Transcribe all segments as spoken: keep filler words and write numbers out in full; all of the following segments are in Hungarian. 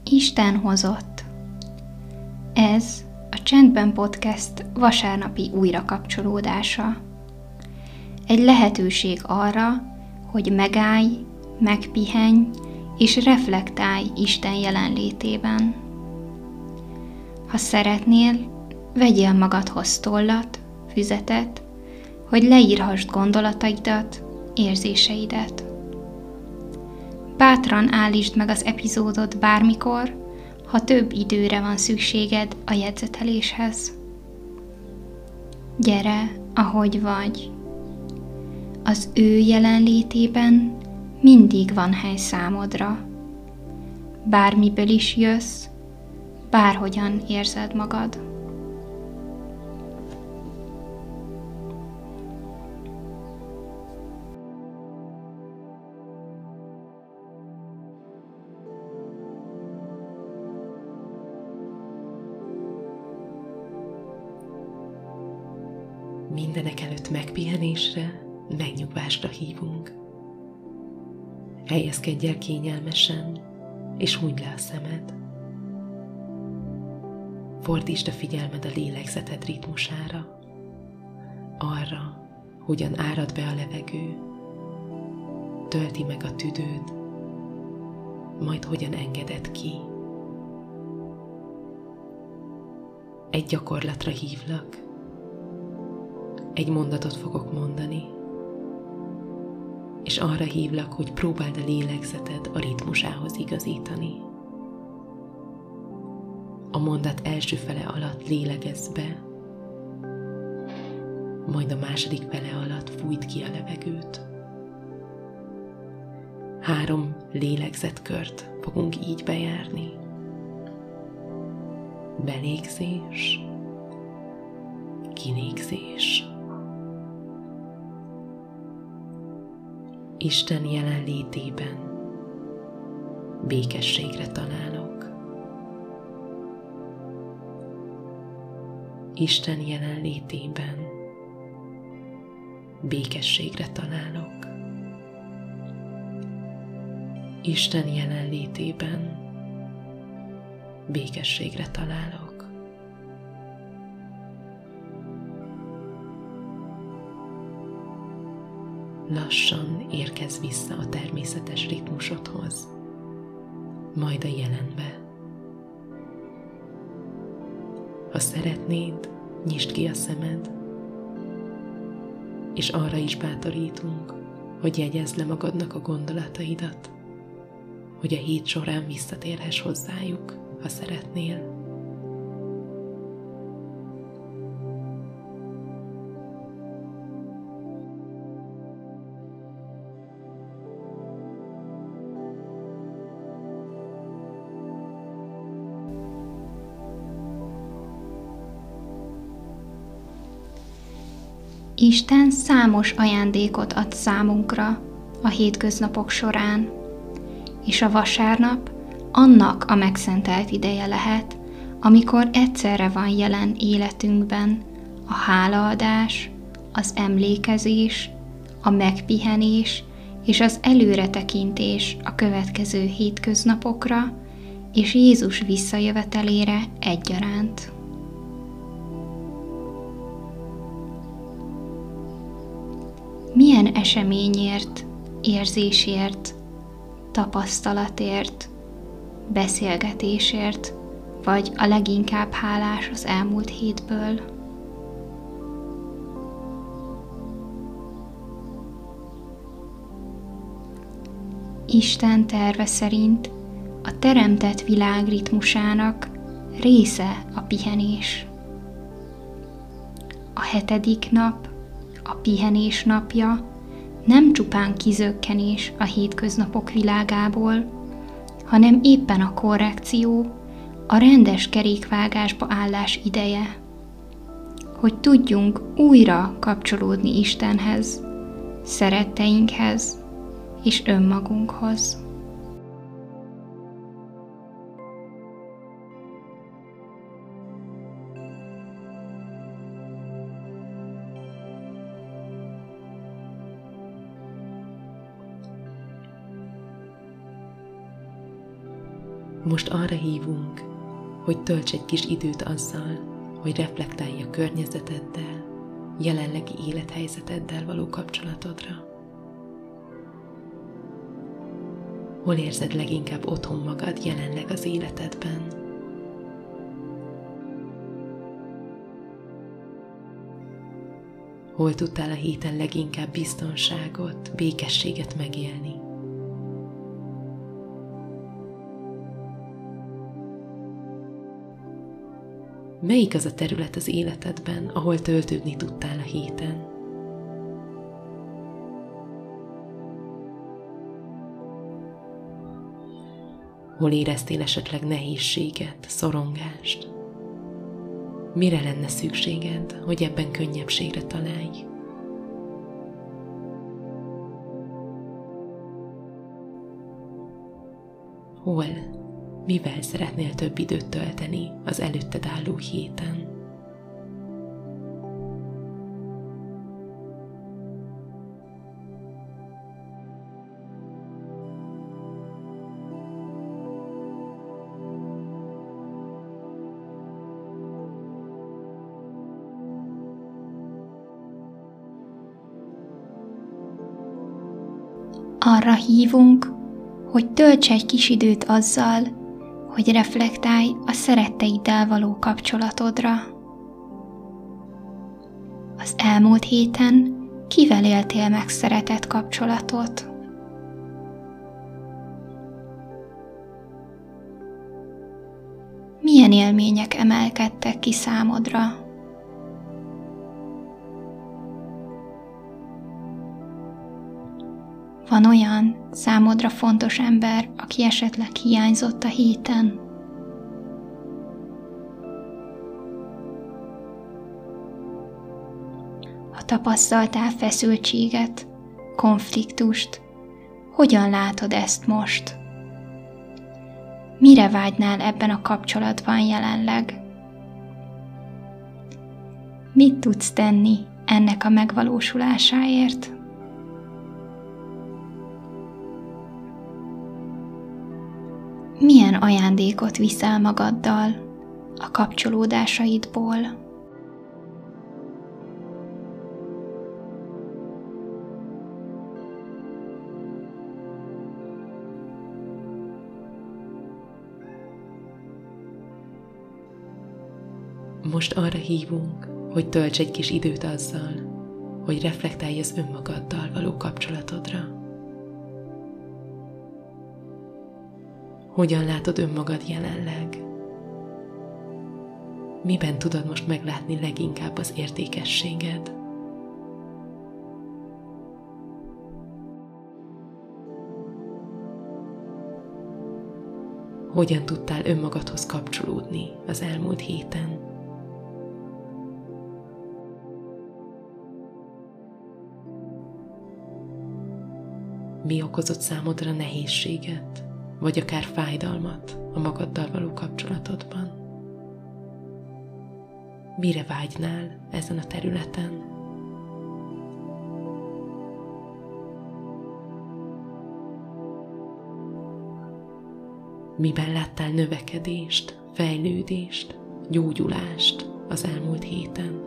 Isten hozott. Ez a Csendben Podcast vasárnapi újrakapcsolódása. Egy lehetőség arra, hogy megállj, megpihenj és reflektálj Isten jelenlétében. Ha szeretnél, vegyél magadhoz tollat, füzetet, hogy leírhassd gondolataidat, érzéseidet. Bátran állítsd meg az epizódot bármikor, ha több időre van szükséged a jegyzeteléshez. Gyere, ahogy vagy. Az ő jelenlétében mindig van hely számodra. Bármiből is jössz, bárhogyan érzed magad. Mindenek előtt megpihenésre, megnyugvásra hívunk. Helyezkedj el kényelmesen, és hunyd le a szemed. Fordítsd a figyelmed a lélegzeted ritmusára, arra, hogyan árad be a levegő, tölti meg a tüdőd, majd hogyan engeded ki. Egy gyakorlatra hívlak. Egy mondatot fogok mondani, és arra hívlak, hogy próbáld a lélegzeted a ritmusához igazítani. A mondat első fele alatt lélegezz be, majd a második fele alatt fújd ki a levegőt. Három lélegzetkört fogunk így bejárni. Belégzés, kilégzés. Isten jelenlétében békességre találok. Isten jelenlétében békességre találok. Isten jelenlétében békességre találok. Lassan érkezz vissza a természetes ritmusodhoz, majd a jelenbe. Ha szeretnéd, nyisd ki a szemed, és arra is bátorítunk, hogy jegyezd le magadnak a gondolataidat, hogy a hét során visszatérhess hozzájuk, ha szeretnél. Isten számos ajándékot ad számunkra a hétköznapok során, és a vasárnap annak a megszentelt ideje lehet, amikor egyszerre van jelen életünkben a hálaadás, az emlékezés, a megpihenés és az előretekintés a következő hétköznapokra és Jézus visszajövetelére egyaránt. Milyen eseményért, érzésért, tapasztalatért, beszélgetésért vagy a leginkább hálás az elmúlt hétből? Isten terve szerint a teremtett világ ritmusának része a pihenés. A hetedik nap, a pihenés napja nem csupán kizökkenés a hétköznapok világából, hanem éppen a korrekció, a rendes kerékvágásba állás ideje, hogy tudjunk újra kapcsolódni Istenhez, szeretteinkhez és önmagunkhoz. Most arra hívunk, hogy tölts egy kis időt azzal, hogy reflektálj a környezeteddel, jelenlegi élethelyzeteddel való kapcsolatodra. Hol érzed leginkább otthon magad jelenleg az életedben? Hol tudtál a héten leginkább biztonságot, békességet megélni? Melyik az a terület az életedben, ahol töltődni tudtál a héten? Hol éreztél esetleg nehézséget, szorongást? Mire lenne szükséged, hogy ebben könnyebbségre találj? Hol, mivel szeretnél több időt tölteni az előtted álló héten? Arra hívunk, hogy tölts egy kis időt azzal, hogy reflektálj a szeretteiddel való kapcsolatodra. Az elmúlt héten kivel éltél meg szeretett kapcsolatot? Milyen élmények emelkedtek ki számodra? Van olyan számodra fontos ember, aki esetleg hiányzott a héten? Ha tapasztaltál feszültséget, konfliktust, hogyan látod ezt most? Mire vágynál ebben a kapcsolatban jelenleg? Mit tudsz tenni ennek a megvalósulásáért? Milyen ajándékot viszel magaddal a kapcsolódásaidból? Most arra hívunk, hogy tölts egy kis időt azzal, hogy reflektálj az önmagaddal való kapcsolatodra. Hogyan látod önmagad jelenleg? Miben tudod most meglátni leginkább az értékességed? Hogyan tudtál önmagadhoz kapcsolódni az elmúlt héten? Mi okozott számodra nehézséget, vagy akár fájdalmat a magaddal való kapcsolatodban? Mire vágynál ezen a területen? Miben láttál növekedést, fejlődést, gyógyulást az elmúlt héten?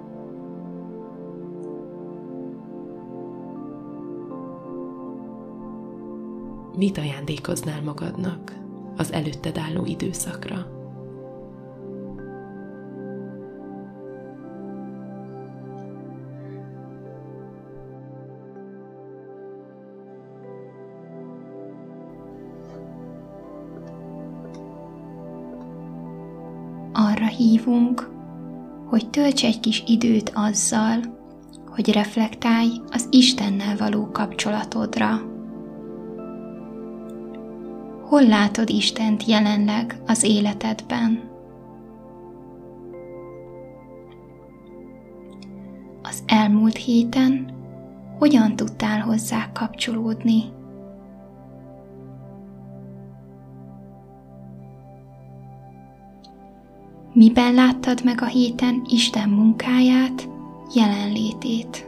Mit ajándékoznál magadnak az előtted álló időszakra? Arra hívunk, hogy tölts egy kis időt azzal, hogy reflektálj az Istennel való kapcsolatodra. Hol látod Istent jelenleg az életedben? Az elmúlt héten hogyan tudtál hozzá kapcsolódni? Miben láttad meg a héten Isten munkáját, jelenlétét?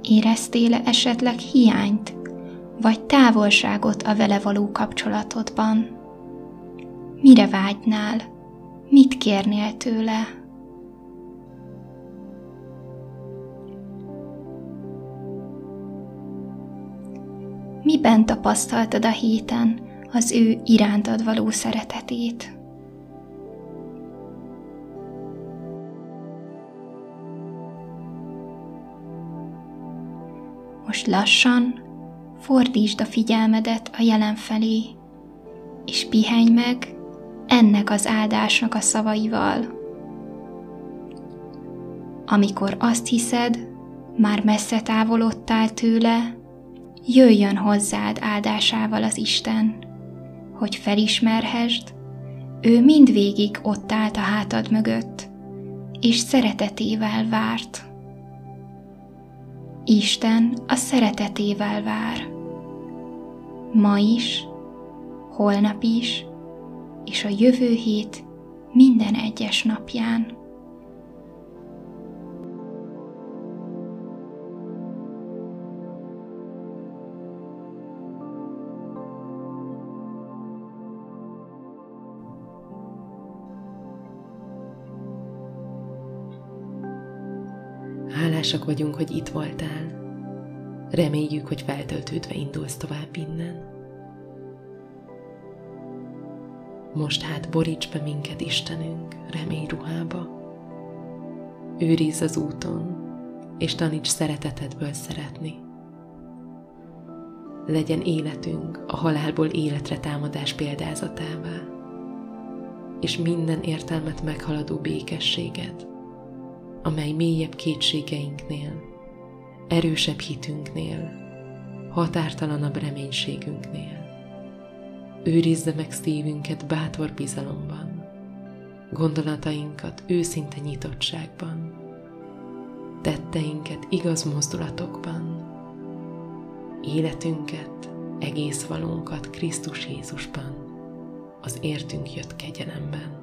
Éreztél-e esetleg hiányt, vagy távolságot a vele való kapcsolatodban? Mire vágynál? Mit kérnél tőle? Miben tapasztaltad a héten az ő irántad való szeretetét? Most lassan fordítsd a figyelmedet a jelen felé, és pihenj meg ennek az áldásnak a szavaival. Amikor azt hiszed, már messze távolodtál tőle, jöjjön hozzád áldásával az Isten, hogy felismerhesd, ő mindvégig ott állt a hátad mögött, és szeretetével várt. Isten a szeretetével vár. Ma is, holnap is, és a jövő hét minden egyes napján. Hálásak vagyunk, hogy itt voltál. Reméljük, hogy feltöltődve indulsz tovább innen. Most hát boríts be minket, Istenünk, reményruhába. Őrizz az úton, és taníts szeretetedből szeretni. Legyen életünk a halálból életre támadás példázatává, és minden értelmet meghaladó békességed, amely mélyebb kétségeinknél, erősebb hitünknél, határtalanabb reménységünknél. Őrizze meg szívünket bátor bizalomban, gondolatainkat őszinte nyitottságban, tetteinket igaz mozdulatokban, életünket, egész valónkat Krisztus Jézusban, az értünk jött kegyelemben.